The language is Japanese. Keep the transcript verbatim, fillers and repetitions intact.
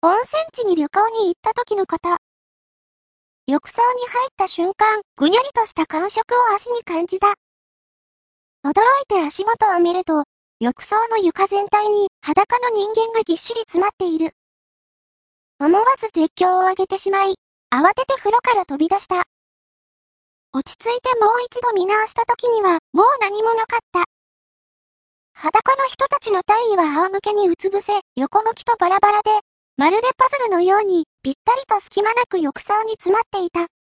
温泉地に旅行に行った時のこと。浴槽に入った瞬間、ぐにゃりとした感触を足に感じた。驚いて足元を見ると、浴槽の床全体に裸の人間がぎっしり詰まっている。思わず絶叫を上げてしまい、慌てて風呂から飛び出した。落ち着いてもう一度見直した時には、もう何もなかった。裸の人たちの体位は仰向けにうつ伏せ、横向きとバラバラで、まるでパズルのように、ぴったりと隙間なく浴槽に詰まっていた。